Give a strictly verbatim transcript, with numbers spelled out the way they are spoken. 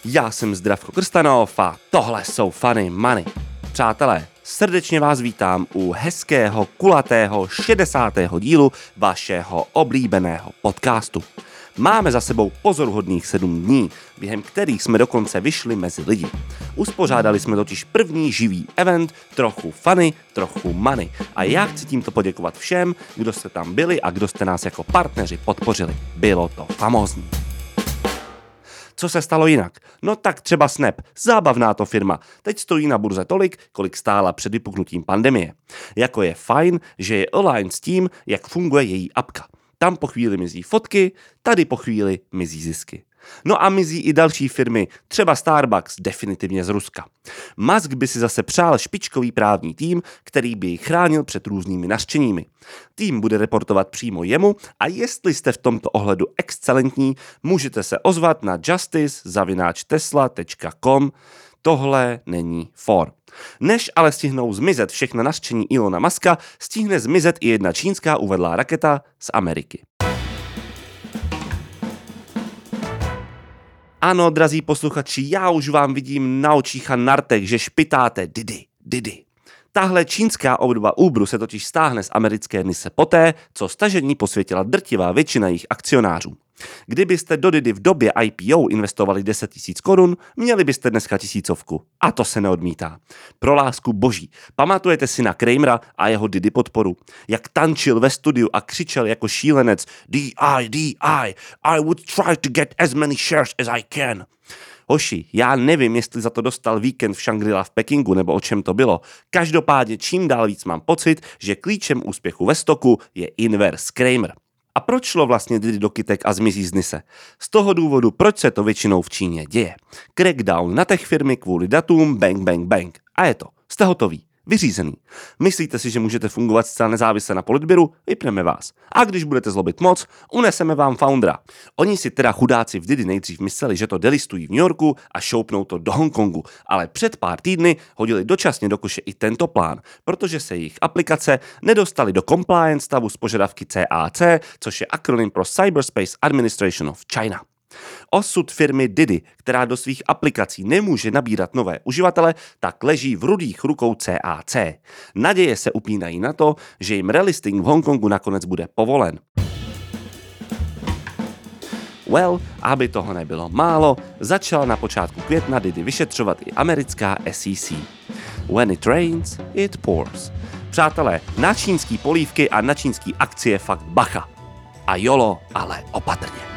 Já jsem Zdravko Krstanov a tohle jsou Funny Money. Přátelé, srdečně vás vítám u hezkého, kulatého šedesátého dílu vašeho oblíbeného podcastu. Máme za sebou pozoruhodných sedm dní, během kterých jsme dokonce vyšli mezi lidi. Uspořádali jsme totiž první živý event, trochu funny, trochu money. A já chci tímto poděkovat všem, kdo jste tam byli a kdo jste nás jako partneři podpořili. Bylo to famózní. Co se stalo jinak? No tak třeba Snap, zábavná to firma, teď stojí na burze tolik, kolik stála před vypuknutím pandemie. Jako je fajn, že je align s tím, jak funguje její apka. Tam po chvíli mizí fotky, tady po chvíli mizí zisky. No a mizí i další firmy, třeba Starbucks, definitivně z Ruska. Musk by si zase přál špičkový právní tým, který by ji chránil před různými nařčeními. Tým bude reportovat přímo jemu a jestli jste v tomto ohledu excelentní, můžete se ozvat na justice zavináč tesla tečka com. Tohle není for. Než ale stihnou zmizet všechna nařčení Elona Muska, stihne zmizet i jedna čínská uvedlá raketa z Ameriky. Ano, drazí posluchači, já už vám vidím na očích a na rtech, že špitáte Didi, Didi. Tahle čínská obdoba Uberu se totiž stáhne z americké Nise poté, co stažení posvětila drtivá většina jejich akcionářů. Kdybyste do Didi v době I P O investovali deset tisíc korun, měli byste dneska tisícovku. A to se neodmítá. Pro lásku boží, pamatujete si na Kramera a jeho Didi podporu? Jak tančil ve studiu a křičel jako šílenec D I, D I, I would try to get as many shares as I can. Hoši, já nevím, jestli za to dostal víkend v Shangri-La v Pekingu, nebo o čem to bylo. Každopádně čím dál víc mám pocit, že klíčem úspěchu ve stoku je inverse Kramer. A proč šlo vlastně Didi do kytek a zmizí z Nise? Z toho důvodu, proč se to většinou v Číně děje. Crackdown na tech firmy kvůli datům, bang, bang, bang. A je to. Jste hotoví. Vyřízený. Myslíte si, že můžete fungovat zcela nezávisle na politběru? Vypneme vás. A když budete zlobit moc, uneseme vám foundera. Oni si teda chudáci v Didi nejdřív mysleli, že to delistují v New Yorku a šoupnou to do Hongkongu, ale před pár týdny hodili dočasně do koše i tento plán, protože se jejich aplikace nedostaly do compliance stavu z požadavky C A C, což je akronym pro Cyberspace Administration of China. Osud firmy Didi, která do svých aplikací nemůže nabírat nové uživatele, tak leží v rudých rukou C A C. Naděje se upínají na to, že jim relisting v Hongkongu nakonec bude povolen. Well, aby toho nebylo málo, začala na počátku května Didi vyšetřovat i americká S E C. When it rains, it pours. Přátelé, na čínský polívky a na čínský akcie fakt bacha. A jolo, ale opatrně.